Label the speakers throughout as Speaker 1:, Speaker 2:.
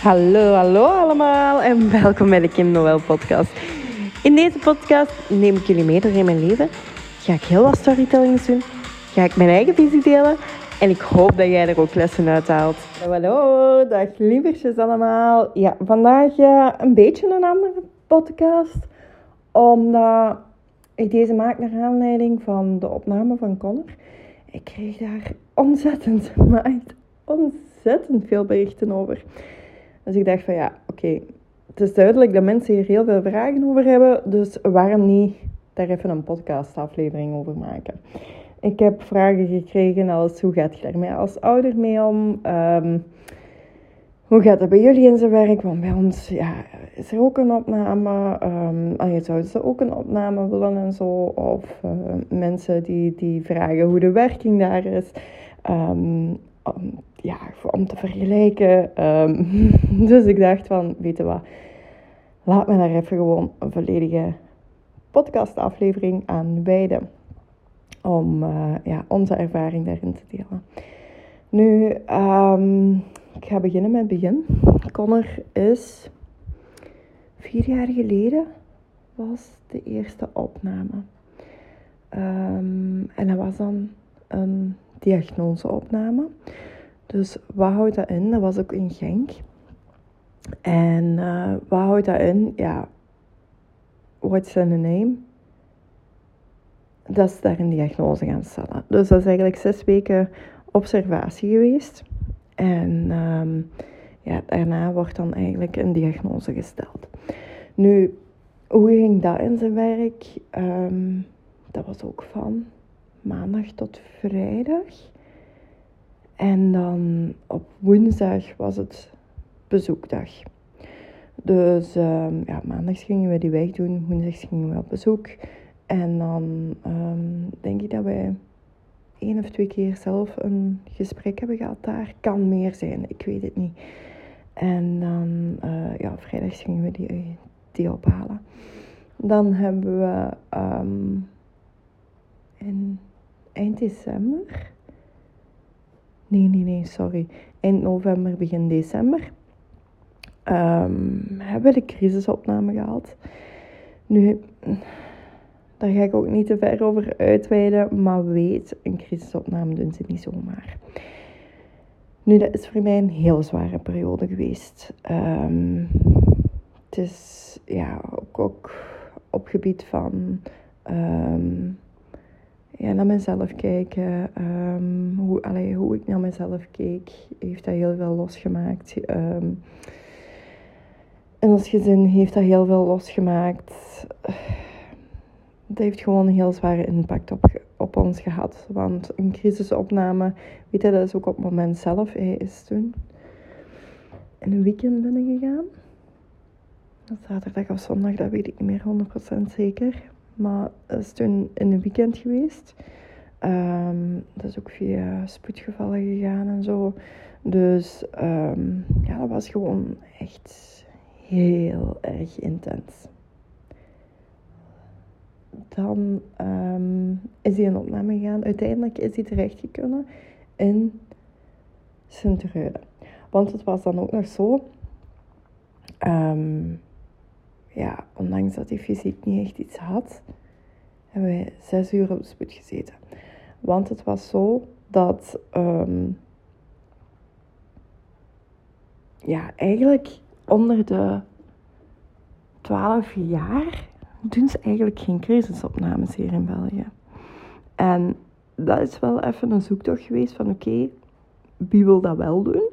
Speaker 1: Hallo allemaal en welkom bij de Kim Noël podcast. In deze podcast neem ik jullie mee door in mijn leven. Ga ik heel wat storytellings doen. Ga ik mijn eigen visie delen. En ik hoop dat jij er ook lessen uit haalt. Hallo, dag lievertjes allemaal. Ja, vandaag een beetje een andere podcast. Omdat ik deze maak naar aanleiding van de opname van Connor. Ik kreeg daar ontzettend veel berichten over. Dus ik dacht van ja, oké. Het is duidelijk dat mensen hier heel veel vragen over hebben. Dus waarom niet daar even een podcastaflevering over maken? Ik heb vragen gekregen als hoe gaat je daarmee als ouder mee om? Hoe gaat het bij jullie in zijn werk? Want bij ons is er ook een opname. Zouden ze ook een opname willen en zo. Of mensen die vragen hoe de werking daar is. Om te vergelijken. Dus ik dacht van, weet je wat, laat me daar even gewoon een volledige podcastaflevering aan wijden. Om onze ervaring daarin te delen. Nu, ik ga beginnen met het begin. Connor is 4 jaar geleden was de eerste opname. En dat was dan een diagnoseopname. Dus wat houdt dat in? Dat was ook in Genk. En wat houdt dat in? Ja, what's in the name? Dat is daar een diagnose gaan stellen. Dus dat is eigenlijk 6 weken observatie geweest. En daarna wordt dan eigenlijk een diagnose gesteld. Nu, hoe ging dat in zijn werk? Dat was ook van maandag tot vrijdag. En dan op woensdag was het bezoekdag. Dus maandags gingen we die weg doen, woensdags gingen we op bezoek. En dan denk ik dat wij 1 of 2 keer zelf een gesprek hebben gehad daar. Kan meer zijn, ik weet het niet. En dan, vrijdags gingen we die ophalen. Dan hebben we in eind december... Eind november, begin december hebben we de crisisopname gehad. Nu, daar ga ik ook niet te ver over uitweiden, maar weet, een crisisopname doen ze niet zomaar. Nu, dat is voor mij een heel zware periode geweest. Het is ook op gebied van... naar mezelf kijken, hoe ik naar mezelf keek, heeft dat heel veel losgemaakt. En ons gezin heeft dat heel veel losgemaakt. Dat heeft gewoon een heel zware impact op ons gehad. Want een crisisopname, weet je, dat is ook op het moment zelf. Hij is toen in een weekend binnengegaan. Zaterdag of zondag, dat weet ik niet meer 100% zeker. Maar dat is toen in een weekend geweest. Dat is ook via spoedgevallen gegaan en zo. Dus dat was gewoon echt heel erg intens. Dan is hij in opname gegaan. Uiteindelijk is hij terechtgekomen in Sint-Truiden. Want het was dan ook nog zo... ondanks dat hij fysiek niet echt iets had, hebben wij 6 uur op de spoed gezeten. Want het was zo dat, eigenlijk onder de 12 jaar doen ze eigenlijk geen crisisopnames hier in België. En dat is wel even een zoektocht geweest van oké, wie wil dat wel doen?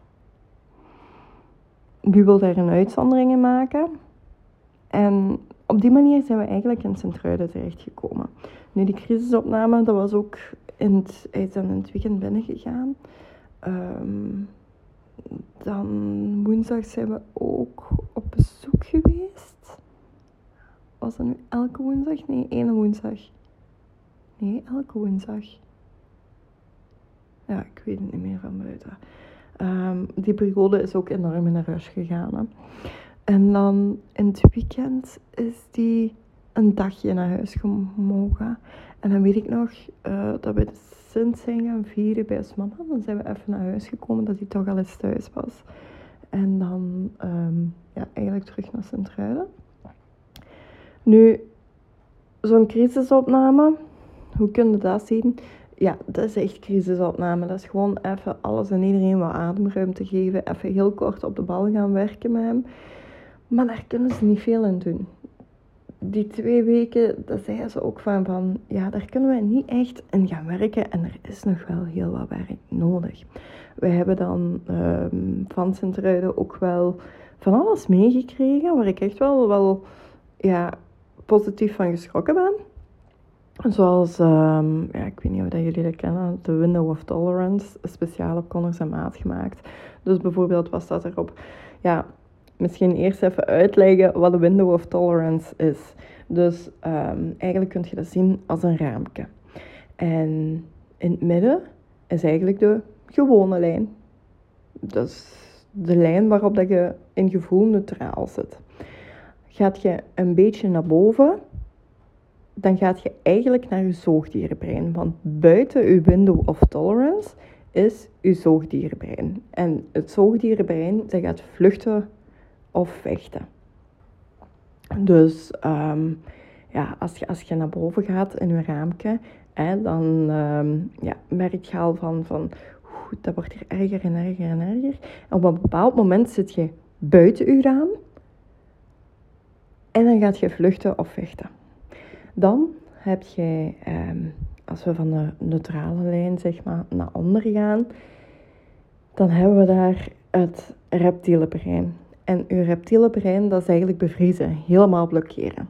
Speaker 1: Wie wil daar een uitzondering in maken? En op die manier zijn we eigenlijk in Sint-Truiden terechtgekomen. Nu, die crisisopname, dat was ook hij is dan in het weekend binnengegaan. Dan woensdag zijn we ook op bezoek geweest. Was dat nu elke woensdag? Nee, 1 woensdag. Nee, elke woensdag. Ja, ik weet het niet meer van buiten. Die periode is ook enorm in de rush gegaan. Hè. En dan in het weekend is die een dagje naar huis gemogen. En dan weet ik nog dat we de Sint zijn gaan vieren bij ons mama. Dan zijn we even naar huis gekomen dat hij toch al eens thuis was. En dan eigenlijk terug naar Sint-Truiden. Nu, zo'n crisisopname, hoe kun je dat zien? Ja, dat is echt crisisopname. Dat is gewoon even alles en iedereen wat ademruimte geven. Even heel kort op de bal gaan werken met hem. Maar daar kunnen ze niet veel in doen. Die 2 weken, dat zeiden ze ook van ja, daar kunnen we niet echt in gaan werken. En er is nog wel heel wat werk nodig. We hebben dan van Sint-Truiden ook wel van alles meegekregen. Waar ik echt wel positief van geschrokken ben. Zoals, ik weet niet of dat jullie dat kennen, de Window of Tolerance, speciaal op Connors en Maat gemaakt. Dus bijvoorbeeld was dat erop, misschien eerst even uitleggen wat de Window of Tolerance is. Dus eigenlijk kun je dat zien als een raampje. En in het midden is eigenlijk de gewone lijn. Dus de lijn waarop dat je in gevoel neutraal zit. Gaat je een beetje naar boven, dan gaat je eigenlijk naar je zoogdierenbrein. Want buiten je window of tolerance is je zoogdierenbrein. En het zoogdierenbrein, dat gaat vluchten of vechten. Dus als je naar boven gaat in je raampje, dan merk je al van dat wordt hier erger en erger en erger. En op een bepaald moment zit je buiten je raam en dan gaat je vluchten of vechten. Dan heb je, als we van de neutrale lijn zeg maar naar onder gaan, dan hebben we daar het reptiele brein. En uw reptiele brein, dat is eigenlijk bevriezen, helemaal blokkeren.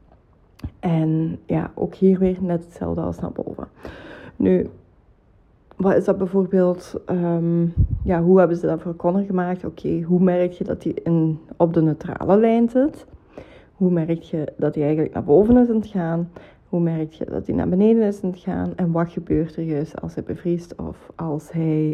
Speaker 1: En ja, ook hier weer net hetzelfde als naar boven. Nu, wat is dat bijvoorbeeld, hoe hebben ze dat voor Connor gemaakt? Oké, hoe merk je dat hij op de neutrale lijn zit? Hoe merk je dat hij eigenlijk naar boven is aan het gaan? Hoe merk je dat hij naar beneden is aan het gaan? En wat gebeurt er juist als hij bevriest of als hij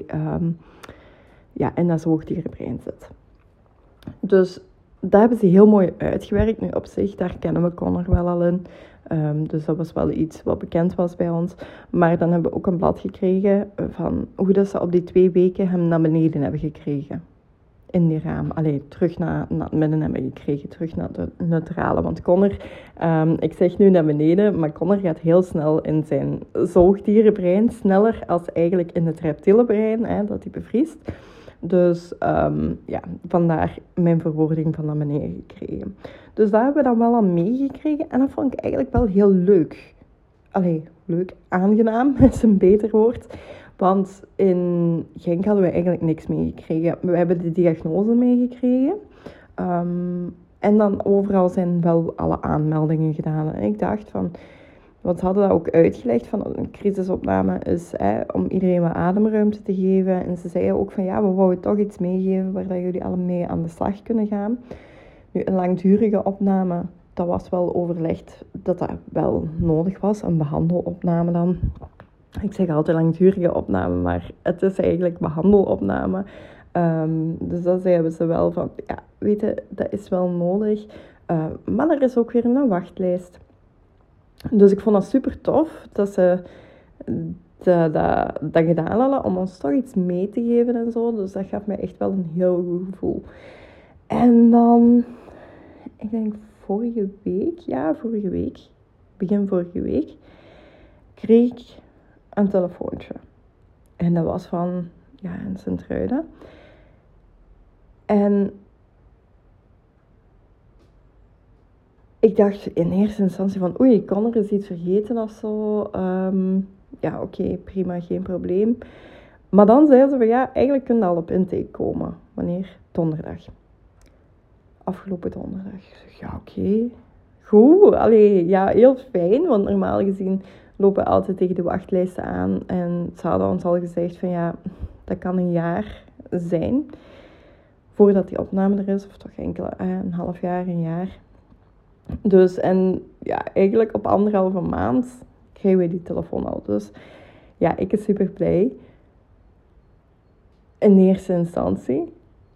Speaker 1: in dat zoogdierenbrein zit? Dus dat hebben ze heel mooi uitgewerkt. Nu op zich, daar kennen we Connor wel al in. Dus dat was wel iets wat bekend was bij ons. Maar dan hebben we ook een blad gekregen van hoe dat ze op die 2 weken hem naar beneden hebben gekregen. In die raam. Terug naar het midden hebben gekregen. Terug naar de neutrale. Want Connor, ik zeg nu naar beneden, maar Connor gaat heel snel in zijn zoogdierenbrein. Sneller als eigenlijk in het reptiele brein, dat hij bevriest. Dus vandaar mijn verwoording van naar beneden gekregen. Dus daar hebben we dan wel aan meegekregen. En dat vond ik eigenlijk wel heel leuk. Leuk, aangenaam is een beter woord. Want in Genk hadden we eigenlijk niks meegekregen. We hebben de diagnose meegekregen. En dan overal zijn wel alle aanmeldingen gedaan. En ik dacht van, want ze hadden dat ook uitgelegd, van een crisisopname is om iedereen wat ademruimte te geven. En ze zeiden ook van, we wouden toch iets meegeven waar dat jullie allemaal mee aan de slag kunnen gaan. Nu, een langdurige opname, dat was wel overlegd dat dat wel nodig was. Een behandelopname dan. Ik zeg altijd langdurige opname, maar het is eigenlijk behandelopname. Dus dat zeiden ze wel van, weet je, dat is wel nodig. Maar er is ook weer een wachtlijst. Dus ik vond dat super tof dat ze dat gedaan hadden om ons toch iets mee te geven en zo. Dus dat gaf mij echt wel een heel goed gevoel. En dan, ik denk begin vorige week, kreeg ik een telefoontje. En dat was van, in Sint-Truiden. En ik dacht in eerste instantie van, oei, Connor is iets vergeten of zo. Oké, prima, geen probleem. Maar dan zeiden ze van, eigenlijk kun je al op intake komen. Wanneer? Donderdag. Afgelopen donderdag. Ik zeg, oké. Goed. Heel fijn, want normaal gezien lopen we altijd tegen de wachtlijsten aan. En ze hadden ons al gezegd van, dat kan een jaar zijn. Voordat die opname er is, of toch een half jaar, een jaar. Dus, eigenlijk op 1,5 maand krijgen we die telefoon al. Dus, ik ben super blij. In eerste instantie.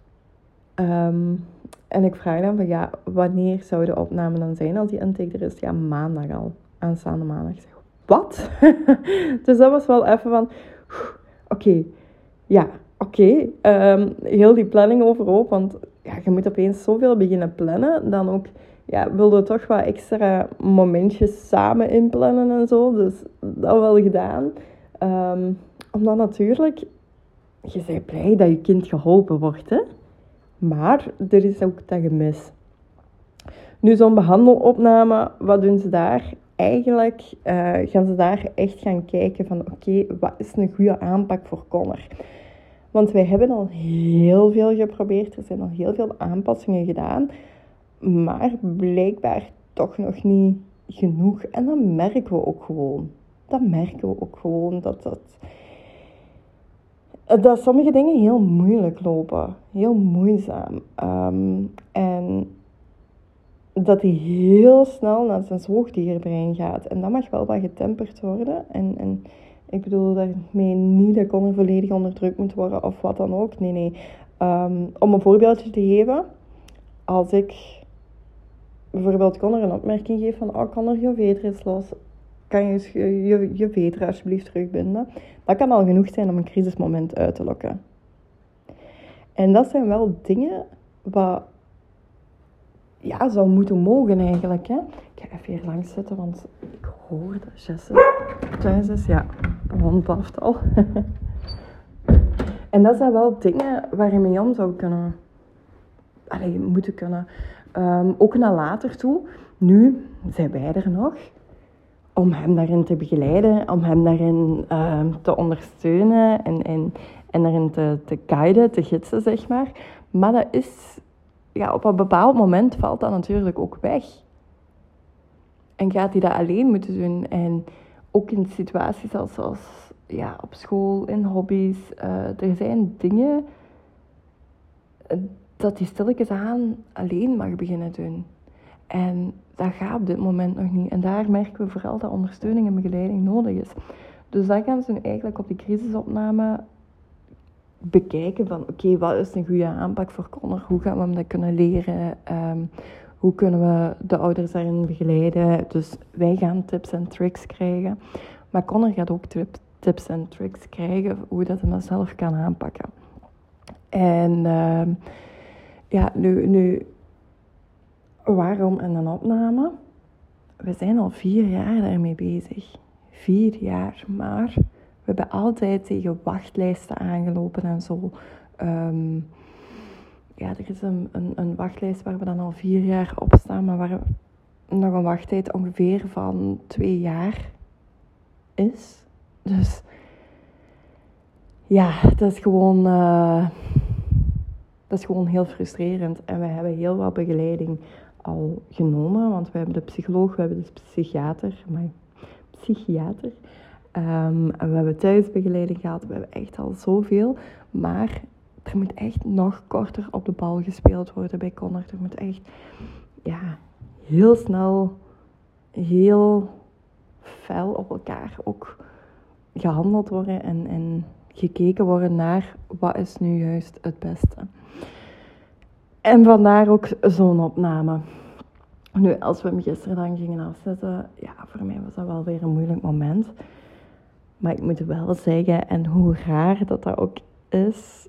Speaker 1: En ik vraag dan van, wanneer zou de opname dan zijn als die intake er is? Ja, maandag al. Aanstaande maandag. Ik zeg, wat? Dus dat was wel even van, oké, oké, heel die planning overhoop, want ja, je moet opeens zoveel beginnen plannen. Dan ook, ja, wilde toch wat extra momentjes samen inplannen en zo. Dus dat wel gedaan. Omdat natuurlijk, je bent blij dat je kind geholpen wordt, hè. Maar er is ook dat gemis. Nu, zo'n behandelopname, wat doen ze daar? Eigenlijk gaan ze daar echt gaan kijken van, oké, wat is een goede aanpak voor Connor? Want wij hebben al heel veel geprobeerd. Er zijn al heel veel aanpassingen gedaan. Maar blijkbaar toch nog niet genoeg. En dat merken we ook gewoon. Dat sommige dingen heel moeilijk lopen. Heel moeizaam. En dat die heel snel naar zijn zoogdierbrein gaat. En dat mag wel wat getemperd worden. En ik bedoel daarmee niet dat Connor volledig onderdrukt moet worden of wat dan ook. Nee. Om een voorbeeldje te geven. Als ik bijvoorbeeld Connor een opmerking geef van... Oh, Connor, je veter is los. Kan je veter alsjeblieft terugbinden? Dat kan al genoeg zijn om een crisismoment uit te lokken. En dat zijn wel dingen wat... Ja, zou moeten mogen eigenlijk. Hè? Ik ga even hier langs zitten, want ik hoor dat Jesse thuis is. Ja, de hond blaft al. En dat zijn wel dingen waar je mee om zou kunnen... moeten kunnen. Ook naar later toe. Nu zijn wij er nog. Om hem daarin te begeleiden. Om hem daarin te ondersteunen. En daarin te guiden, te gidsen, zeg maar. Maar dat is... Ja, op een bepaald moment valt dat natuurlijk ook weg. En gaat hij dat alleen moeten doen. En ook in situaties zoals ja, op school, in hobby's. Er zijn dingen dat hij stilletjes aan alleen mag beginnen doen. En dat gaat op dit moment nog niet. En daar merken we vooral dat ondersteuning en begeleiding nodig is. Dus dat gaan ze nu eigenlijk op die crisisopname bekijken van oké, wat is een goede aanpak voor Connor? Hoe gaan we hem dat kunnen leren? Hoe kunnen we de ouders daarin begeleiden? Dus wij gaan tips en tricks krijgen. Maar Connor gaat ook tips en tricks krijgen hoe dat hij dat zelf kan aanpakken. En ja, nu waarom in een opname? We zijn al 4 jaar daarmee bezig. 4 jaar, maar... We hebben altijd tegen wachtlijsten aangelopen en zo. Ja, er is een wachtlijst waar we dan al 4 jaar op staan, maar waar nog een wachttijd ongeveer van 2 jaar is. Dus ja, dat is gewoon heel frustrerend. En we hebben heel wat begeleiding al genomen, want we hebben de psycholoog, we hebben de psychiater. En we hebben thuisbegeleiding gehad. We hebben echt al zoveel. Maar er moet echt nog korter op de bal gespeeld worden bij Connor. Er moet echt heel snel, heel fel op elkaar ook gehandeld worden. En gekeken worden naar wat is nu juist het beste. En vandaar ook zo'n opname. Nu, als we hem gisteren dan gingen afzetten, ja, voor mij was dat wel weer een moeilijk moment. Maar ik moet wel zeggen, en hoe raar dat ook is,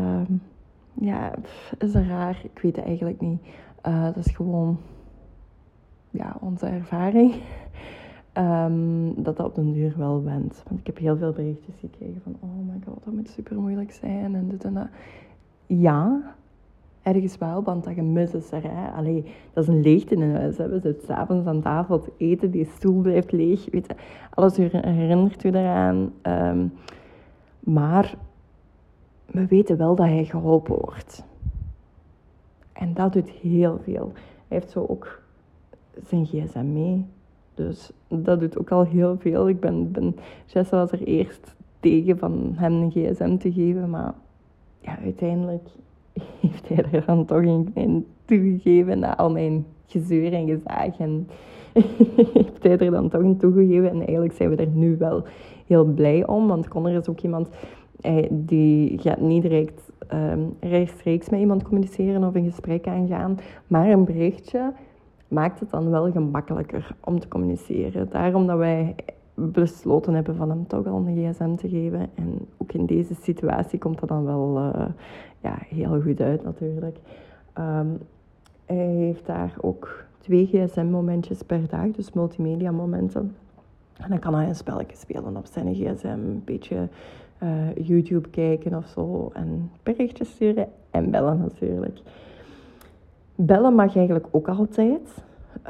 Speaker 1: is dat raar? Ik weet het eigenlijk niet. Dat is gewoon, ja, onze ervaring. Dat op den duur wel went. Want ik heb heel veel berichtjes gekregen van, oh my god, dat moet super moeilijk zijn en dit en dat. Ja, ergens wel, want dat gemis is er. Hè. Allee, dat is een leegte in huis. Hè. We zitten 's avonds aan tafel te eten, die stoel blijft leeg. Weet je, alles herinnert u daaraan. Maar we weten wel dat hij geholpen wordt. En dat doet heel veel. Hij heeft zo ook zijn gsm mee. Dus dat doet ook al heel veel. Jesse was er eerst tegen van hem een gsm te geven, maar ja, uiteindelijk heeft hij er dan toch in toegegeven na al mijn gezeur en gezaag. En heeft hij er dan toch in toegegeven. En eigenlijk zijn we er nu wel heel blij om. Want Connor is ook iemand die gaat niet direct rechtstreeks met iemand communiceren of een gesprek aangaan. Maar een berichtje maakt het dan wel gemakkelijker om te communiceren. Daarom dat wij besloten hebben van hem toch al een gsm te geven. En ook in deze situatie komt dat dan wel heel goed uit natuurlijk. Hij heeft daar ook 2 gsm-momentjes per dag, dus multimedia-momenten. En dan kan hij een spelletje spelen op zijn gsm, een beetje YouTube kijken of zo. En berichtjes sturen en bellen natuurlijk. Bellen mag eigenlijk ook altijd.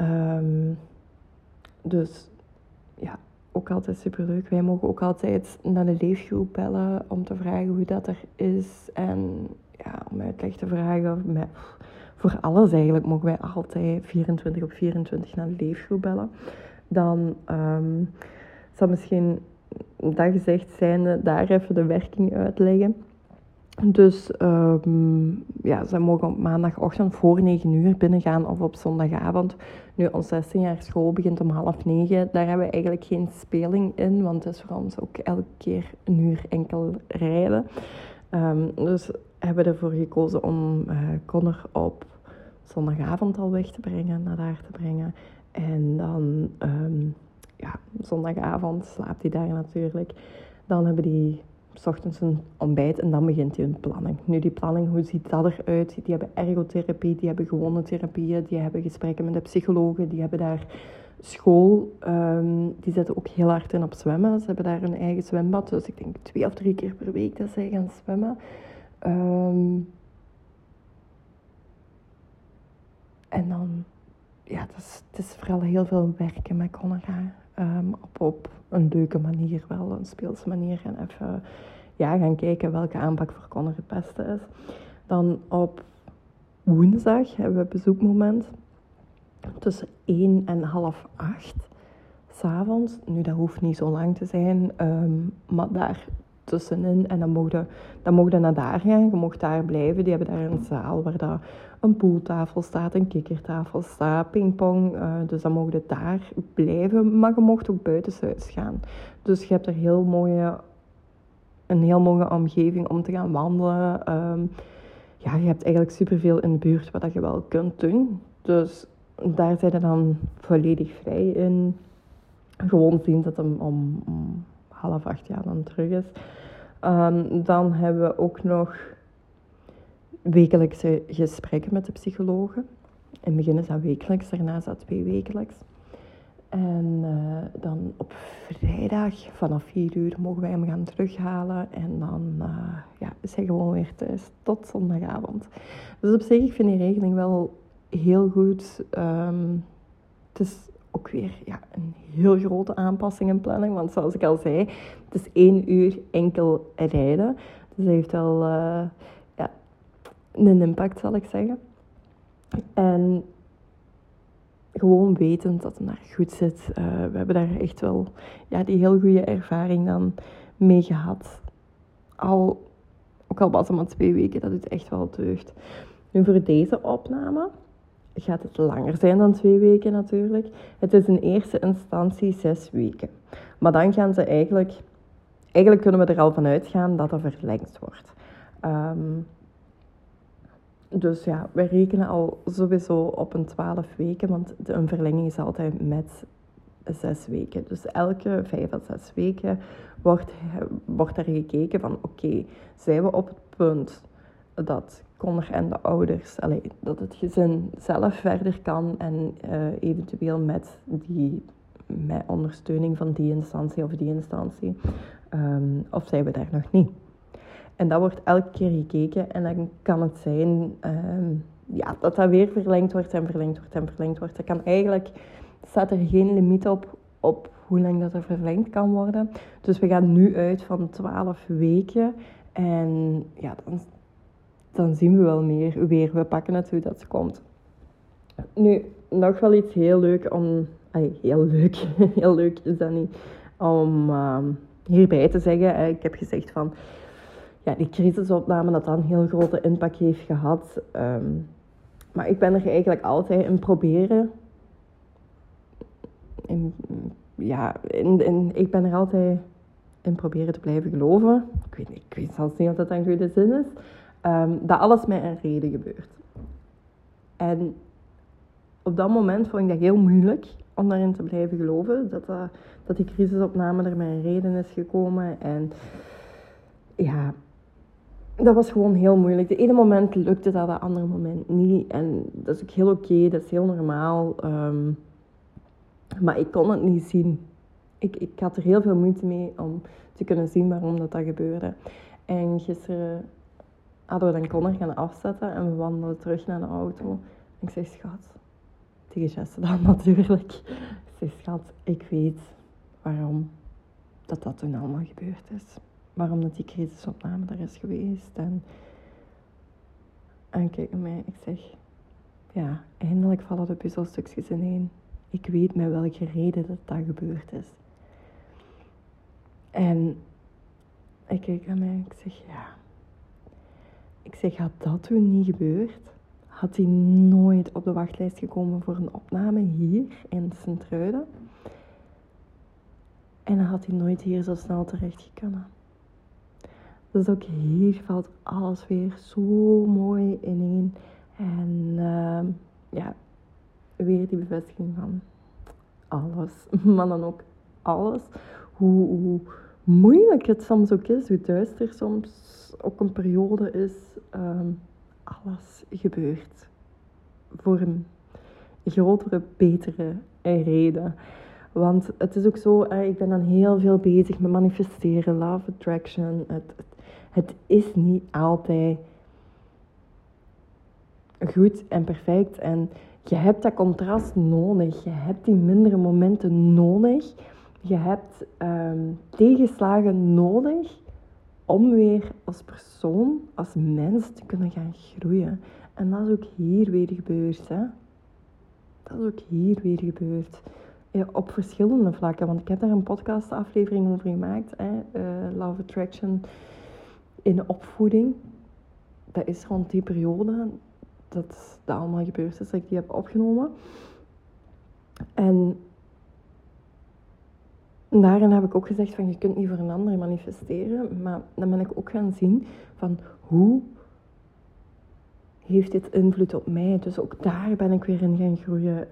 Speaker 1: Dus ja, ook altijd superleuk. Wij mogen ook altijd naar de leefgroep bellen om te vragen hoe dat er is. En ja, om uitleg te vragen. Voor alles eigenlijk mogen wij altijd 24/24 naar de leefgroep bellen. Dan zal misschien dat gezegd zijnde daar even de werking uitleggen. Dus zij mogen op maandagochtend voor 9 uur binnengaan of op zondagavond. Nu, ons 16 jaar school begint om 8:30. Daar hebben we eigenlijk geen speling in, want het is voor ons ook elke keer 1 uur enkel rijden. Dus hebben we ervoor gekozen om Connor op zondagavond al weg te brengen, naar daar te brengen. En dan, zondagavond slaapt hij daar natuurlijk. Dan hebben die 's ochtends een ontbijt en dan begint hij een planning. Nu, die planning, hoe ziet dat eruit? Die hebben ergotherapie, die hebben gewone therapieën, die hebben gesprekken met de psychologen, die hebben daar school. Die zetten ook heel hard in op zwemmen. Ze hebben daar een eigen zwembad, dus ik denk 2 of 3 keer per week dat zij gaan zwemmen. En dan, het is vooral heel veel werken met Connor. Op een leuke manier wel, een speelse manier. En even gaan kijken welke aanpak voor Connor het beste is. Dan op woensdag hebben we een bezoekmoment tussen 1 en 7:30 s'avonds. Nu, dat hoeft niet zo lang te zijn, maar daar tussenin. En dan mogen naar daar gaan. Je mag daar blijven. Die hebben daar een zaal waar daar een pooltafel staat, een kikkertafel staat, pingpong. Dus dan mogen daar blijven. Maar je mocht ook buitenshuis gaan. Dus je hebt er een heel mooie omgeving om te gaan wandelen. Je hebt eigenlijk superveel in de buurt wat je wel kunt doen. Dus daar zijn je dan volledig vrij in. Gewoon zien dat hem om 7:30 dan terug is. Dan hebben we ook nog wekelijkse gesprekken met de psychologen. In het begin is dat wekelijks, daarna is dat 2 wekelijks. En dan op vrijdag vanaf 4 uur mogen wij hem gaan terughalen. En dan is hij gewoon weer thuis tot zondagavond. Dus op zich, ik vind die regeling wel heel goed. Het is ook weer een heel grote aanpassing en planning. Want zoals ik al zei, het is 1 uur enkel rijden. Dus dat heeft wel een impact, zal ik zeggen. En gewoon wetend dat het daar goed zit. We hebben daar echt wel die heel goede ervaring dan mee gehad. Ook al was het maar 2 weken, dat doet echt wel deugd. Nu, voor deze opname gaat het langer zijn dan 2 weken natuurlijk. Het is in eerste instantie 6 weken. Maar dan gaan ze eigenlijk kunnen we er al van uitgaan dat dat verlengd wordt. Dus we rekenen al sowieso op een 12 weken, want een verlenging is altijd met 6 weken. Dus elke 5 à 6 weken wordt er gekeken van oké, zijn we op het punt dat Connor en de ouders, dat het gezin zelf verder kan en eventueel met ondersteuning van die instantie of die instantie, of zijn we daar nog niet. En dat wordt elke keer gekeken en dan kan het zijn dat weer verlengd wordt en verlengd wordt en verlengd wordt. Dat kan eigenlijk, staat er geen limiet op hoe lang dat er verlengd kan worden. Dus we gaan nu uit van 12 weken en dan zien we wel weer. We pakken het hoe dat komt. Nu, nog wel iets heel leuk om... heel leuk is dat niet. Om hierbij te zeggen. Ik heb gezegd van... die crisisopname dat een heel grote impact heeft gehad. Maar ik ben er eigenlijk altijd in proberen... ik ben er altijd in proberen te blijven geloven. Ik weet zelfs niet of dat een goede zin is. Dat alles met een reden gebeurt. En op dat moment vond ik dat heel moeilijk. om daarin te blijven geloven. Dat die crisisopname er met een reden is gekomen. En ja, dat was gewoon heel moeilijk. De ene moment lukte dat, de andere moment niet. En dat is ook heel oké, dat is heel normaal. Maar ik kon het niet zien. Ik had er heel veel moeite mee om te kunnen zien waarom dat gebeurde. En gisteren hadden we dan Connor gaan afzetten en we wandelden terug naar de auto. En ik zeg, schat, tegen Jesse dan natuurlijk. Ik zeg, schat, ik weet waarom dat toen allemaal gebeurd is. Waarom dat die crisisopname er is geweest. En kijk naar mij, ik zeg, ja, eindelijk vallen de puzzelstukjes ineen. Ik weet met welke reden dat gebeurd is. En ik kijk naar mij, ik zeg, ja. Ik zeg, had dat toen niet gebeurd, had hij nooit op de wachtlijst gekomen voor een opname hier in Sint-Truiden. En dan had hij nooit hier zo snel terecht kunnen. Dus ook hier valt alles weer zo mooi ineen. En ja, weer die bevestiging van alles. Maar dan ook alles. Hoe moeilijk het soms ook is, hoe duister soms ook een periode is. Alles gebeurt voor een grotere, betere reden. Want het is ook zo, ik ben dan heel veel bezig met manifesteren, love attraction. Het is niet altijd goed en perfect. En je hebt dat contrast nodig. Je hebt die mindere momenten nodig. Je hebt tegenslagen nodig om weer als persoon, als mens te kunnen gaan groeien. En dat is ook hier weer gebeurd. Hè? Dat is ook hier weer gebeurd. Ja, op verschillende vlakken. Want ik heb daar een podcastaflevering over gemaakt. Love Attraction in de opvoeding. Dat is rond die periode dat allemaal gebeurd is, dat ik die heb opgenomen. En daarin heb ik ook gezegd van je kunt niet voor een ander manifesteren. Maar dan ben ik ook gaan zien van hoe heeft dit invloed op mij. Dus ook daar ben ik weer in gaan groeien.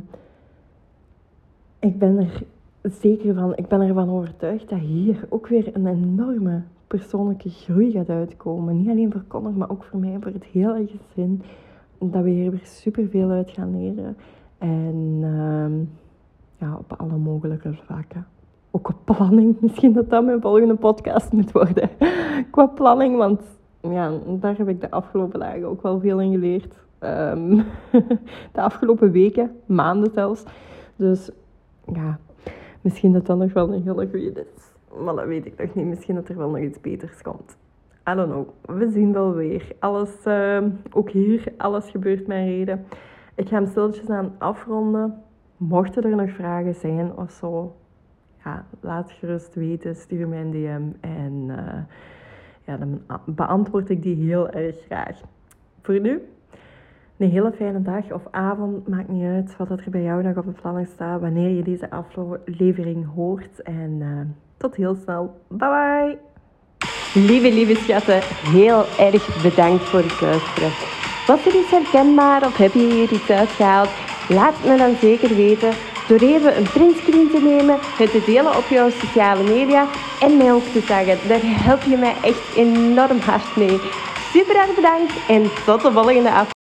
Speaker 1: Ik ben er zeker van, ik ben ervan overtuigd dat hier ook weer een enorme persoonlijke groei gaat uitkomen. Niet alleen voor Connor, maar ook voor mij, voor het hele gezin. Dat we hier weer superveel uit gaan leren. En ja, op alle mogelijke vlakken. Ook op planning. Misschien dat mijn volgende podcast moet worden. Qua planning, want ja, daar heb ik de afgelopen dagen ook wel veel in geleerd. De afgelopen weken, maanden zelfs. Dus ja, misschien dat nog wel een hele goeie is. Maar dat weet ik nog niet. Misschien dat er wel nog iets beters komt. I don't know. We zien wel weer. Alles, ook hier, alles gebeurt met reden. Ik ga hem stilletjes aan afronden. Mochten er nog vragen zijn of zo, ja, laat gerust weten. Stuur mij een DM. En ja, dan beantwoord ik die heel erg graag. Voor nu, een hele fijne dag of avond. Maakt niet uit wat er bij jou nog op de planning staat. Wanneer je deze aflevering hoort. En tot heel snel. Bye bye.
Speaker 2: Lieve schatten, heel erg bedankt voor het luisteren. Was er iets herkenbaar of heb je hier iets uitgehaald? Laat het me dan zeker weten door even een printscreen te nemen, het te delen op jouw sociale media en mij ook te taggen. Daar help je mij echt enorm hard mee. Super erg bedankt en tot de volgende aflevering.